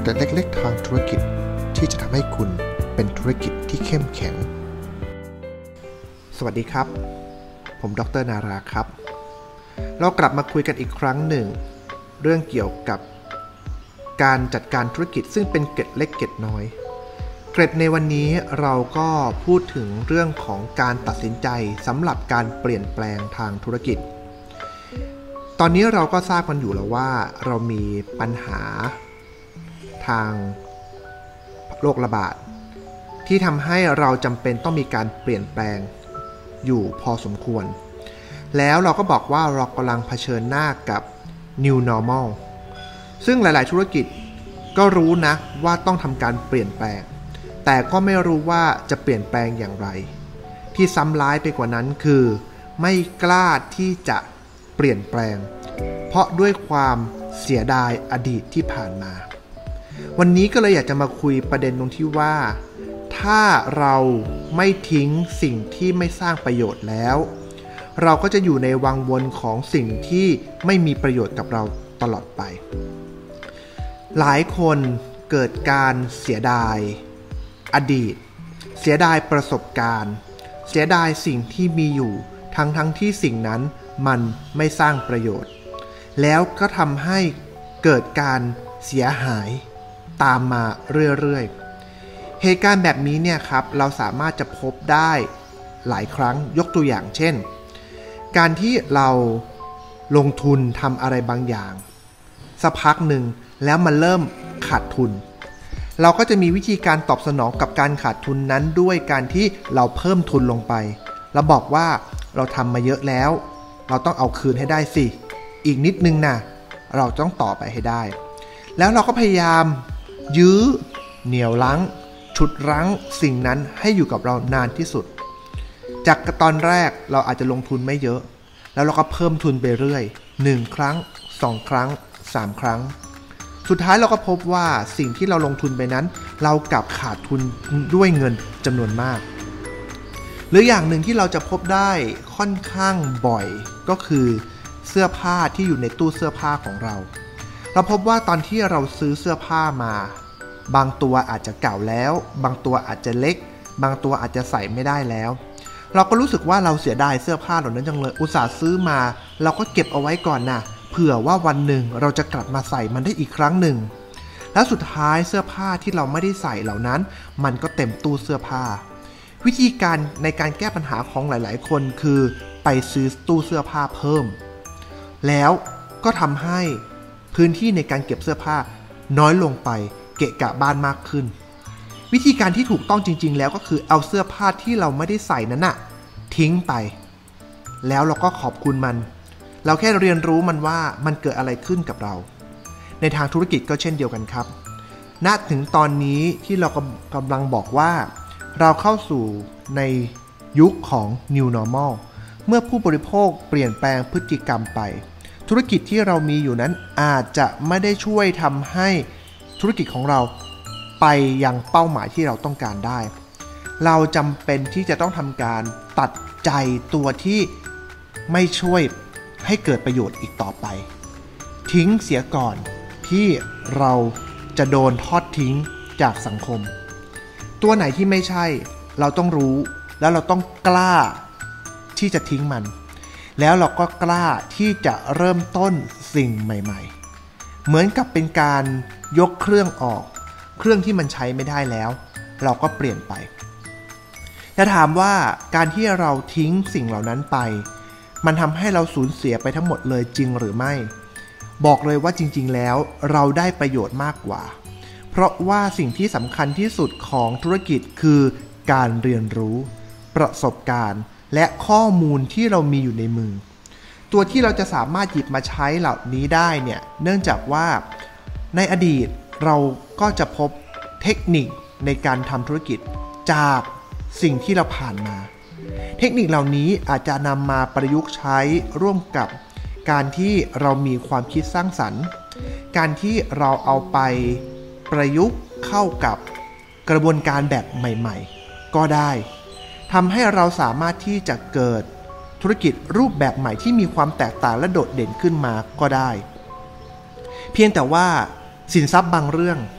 เกร็ดเล็กๆทางธุรกิจที่จะทำให้คุณเป็นธุรกิจที่เข้มแข็งสวัสดีครับผมดร.นาราครับเรากลับมาคุยกันอีกครั้งหนึ่งเรื่องเกี่ยวกับการจัดการธุรกิจซึ่งเป็นเกร็ดเล็กเกร็ดน้อยเกร็ดในวันนี้เราก็พูดถึงเรื่องของการตัดสินใจสำหรับการเปลี่ยนแปลงทางธุรกิจตอนนี้เราก็ทราบกันอยู่แล้วว่าเรามีปัญหาทางโรคระบาดที่ทำให้เราจำเป็นต้องมีการเปลี่ยนแปลงอยู่พอสมควรแล้วเราก็บอกว่าเรากำลังเผชิญหน้ากับ New Normal ซึ่งหลายๆธุรกิจก็รู้นะว่าต้องทำการเปลี่ยนแปลงแต่ก็ไม่รู้ว่าจะเปลี่ยนแปลงอย่างไรที่ซ้ำร้ายไปกว่านั้นคือไม่กล้าที่จะเปลี่ยนแปลงเพราะด้วยความเสียดายอดีตที่ผ่านมาวันนี้ก็เลยอยากจะมาคุยประเด็นตรงที่ว่าถ้าเราไม่ทิ้งสิ่งที่ไม่สร้างประโยชน์แล้วเราก็จะอยู่ในวังวนของสิ่งที่ไม่มีประโยชน์กับเราตลอดไปหลายคนเกิดการเสียดายอดีตเสียดายประสบการณ์เสียดายสิ่งที่มีอยู่ทั้งที่สิ่งนั้นมันไม่สร้างประโยชน์แล้วก็ทำให้เกิดการเสียหายตามมาเรื่อยๆเหตุการณ์แบบนี้เนี่ยครับเราสามารถจะพบได้หลายครั้งยกตัวอย่างเช่นการที่เราลงทุนทำอะไรบางอย่างสักพักหนึ่งแล้วมันเริ่มขาดทุนเราก็จะมีวิธีการตอบสนองกับการขาดทุนนั้นด้วยการที่เราเพิ่มทุนลงไปแล้วบอกว่าเราทำมาเยอะแล้วเราต้องเอาคืนให้ได้สิอีกนิดนึงนะเราต้องต่อไปให้ได้แล้วเราก็พยายามยื้อเหนี่ยวรั้งฉุดรั้งสิ่งนั้นให้อยู่กับเรานานที่สุดจากตอนแรกเราอาจจะลงทุนไม่เยอะแล้วเราก็เพิ่มทุนไปเรื่อย1ครั้ง2ครั้ง3ครั้งสุดท้ายเราก็พบว่าสิ่งที่เราลงทุนไปนั้นเรากลับขาดทุนด้วยเงินจำนวนมากหรืออย่างหนึ่งที่เราจะพบได้ค่อนข้างบ่อยก็คือเสื้อผ้าที่อยู่ในตู้เสื้อผ้าของเราพบว่าตอนที่เราซื้อเสื้อผ้ามาบางตัวอาจจะเก่าแล้วบางตัวอาจจะเล็กบางตัวอาจจะใส่ไม่ได้แล้วเราก็รู้สึกว่าเราเสียดายเสื้อผ้าเหล่านั้นจังเลยอุตส่าห์ซื้อมาเราก็เก็บเอาไว้ก่อนนะเผื่อว่าวันหนึ่งเราจะกลับมาใส่มันได้อีกครั้งหนึ่งแล้วสุดท้ายเสื้อผ้าที่เราไม่ได้ใส่เหล่านั้นมันก็เต็มตู้เสื้อผ้าวิธีการในการแก้ปัญหาของหลายๆคนคือไปซื้อตู้เสื้อผ้าเพิ่มแล้วก็ทำให้พื้นที่ในการเก็บเสื้อผ้าน้อยลงไปเกะกะบ้านมากขึ้นวิธีการที่ถูกต้องจริงๆแล้วก็คือเอาเสื้อผ้าที่เราไม่ได้ใส่นั้นน่ะทิ้งไปแล้วเราก็ขอบคุณมันเราแค่เรียนรู้มันว่ามันเกิดอะไรขึ้นกับเราในทางธุรกิจก็เช่นเดียวกันครับณถึงตอนนี้ที่เรากำลังบอกว่าเราเข้าสู่ในยุคของ New Normal เมื่อผู้บริโภคเปลี่ยนแปลงพฤติกรรมไปธุรกิจที่เรามีอยู่นั้นอาจจะไม่ได้ช่วยทำให้ธุรกิจของเราไปยังเป้าหมายที่เราต้องการได้เราจำเป็นที่จะต้องทำการตัดใจตัวที่ไม่ช่วยให้เกิดประโยชน์อีกต่อไปทิ้งเสียก่อนที่เราจะโดนทอดทิ้งจากสังคมตัวไหนที่ไม่ใช่เราต้องรู้แล้วเราต้องกล้าที่จะทิ้งมันแล้วเราก็กล้าที่จะเริ่มต้นสิ่งใหม่ๆเหมือนกับเป็นการยกเครื่องออกเครื่องที่มันใช้ไม่ได้แล้วเราก็เปลี่ยนไปจะถามว่าการที่เราทิ้งสิ่งเหล่านั้นไปมันทำให้เราสูญเสียไปทั้งหมดเลยจริงหรือไม่บอกเลยว่าจริงๆแล้วเราได้ประโยชน์มากกว่าเพราะว่าสิ่งที่สำคัญที่สุดของธุรกิจคือการเรียนรู้ประสบการณ์และข้อมูลที่เรามีอยู่ในมือตัวที่เราจะสามารถหยิบมาใช้เหล่านี้ได้เนี่ยเนื่องจากว่าในอดีตเราก็จะพบเทคนิคในการทำธุรกิจจากสิ่งที่เราผ่านมาเทคนิคเหล่านี้อาจจะนำมาประยุกต์ใช้ร่วมกับการที่เรามีความคิดสร้างสรรค์การที่เราเอาไปประยุกต์เข้ากับกระบวนการแบบใหม่ๆก็ได้ทำให้เราสามารถที่จะเกิดธุรกิจรูปแบบใหม่ที่มีความแตกต่างและโดดเด่นขึ้นมาก็ได้เพียงแต่ว่าสินทรัพย์บางเรื่อง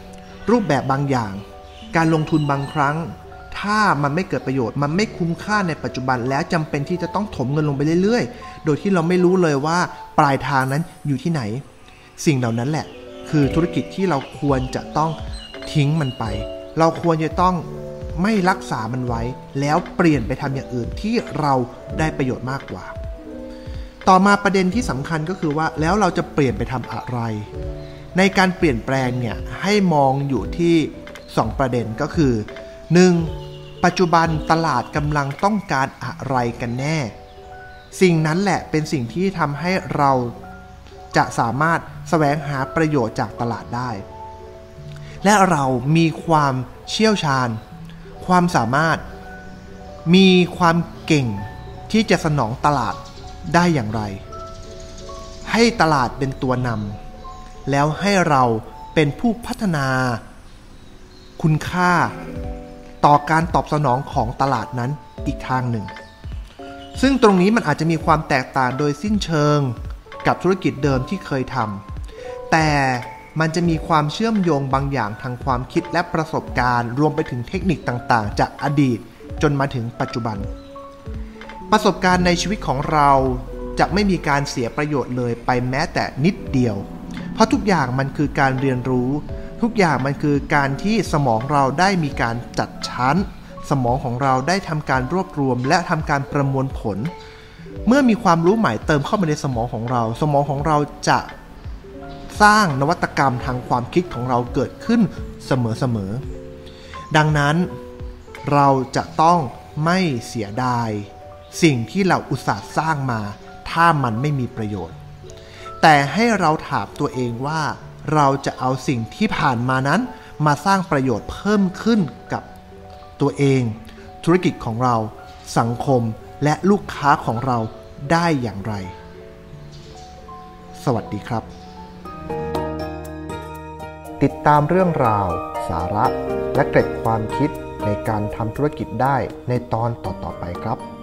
รูปแบบบางอย่างการลงทุนบางครั้งถ้ามันไม่เกิดประโยชน์มันไม่คุ้มค่าในปัจจุบันแล้วจำเป็นที่จะต้องถมเงินลงไปเรื่อยๆโดยที่เราไม่รู้เลยว่าปลายทางนั้นอยู่ที่ไหนสิ่งเหล่านั้นแหละคือธุรกิจที่เราควรจะต้องทิ้งมันไปเราควรจะต้องไม่รักษามันไว้แล้วเปลี่ยนไปทำอย่างอื่นที่เราได้ประโยชน์มากกว่าต่อมาประเด็นที่สำคัญก็คือว่าแล้วเราจะเปลี่ยนไปทำอะไรในการเปลี่ยนแปลงเนี่ยให้มองอยู่ที่2ประเด็นก็คือ 1. ปัจจุบันตลาดกำลังต้องการอะไรกันแน่สิ่งนั้นแหละเป็นสิ่งที่ทำให้เราจะสามารถแสวงหาประโยชน์จากตลาดได้และเรามีความเชี่ยวชาญความสามารถมีความเก่งที่จะสนองตลาดได้อย่างไรให้ตลาดเป็นตัวนำแล้วให้เราเป็นผู้พัฒนาคุณค่าต่อการตอบสนองของตลาดนั้นอีกทางหนึ่งซึ่งตรงนี้มันอาจจะมีความแตกต่างโดยสิ้นเชิงกับธุรกิจเดิมที่เคยทำแต่มันจะมีความเชื่อมโยงบางอย่างทางความคิดและประสบการณ์รวมไปถึงเทคนิคต่างๆจากอดีตจนมาถึงปัจจุบันประสบการณ์ในชีวิตของเราจะไม่มีการเสียประโยชน์เลยไปแม้แต่นิดเดียวเพราะทุกอย่างมันคือการเรียนรู้ทุกอย่างมันคือการที่สมองเราได้มีการจัดชั้นสมองของเราได้ทำการรวบรวมและทำการประมวลผลเมื่อมีความรู้ใหม่เติมเข้ามาในสมองของเราสมองของเราจะสร้างนวัตกรรมทางความคิดของเราเกิดขึ้นเสมอดังนั้นเราจะต้องไม่เสียดายสิ่งที่เราอุตส่าห์สร้างมาถ้ามันไม่มีประโยชน์แต่ให้เราถามตัวเองว่าเราจะเอาสิ่งที่ผ่านมานั้นมาสร้างประโยชน์เพิ่มขึ้นกับตัวเองธุรกิจของเราสังคมและลูกค้าของเราได้อย่างไรสวัสดีครับติดตามเรื่องราวสาระและเกร็ดความคิดในการทำธุรกิจได้ในตอนต่อๆไปครับ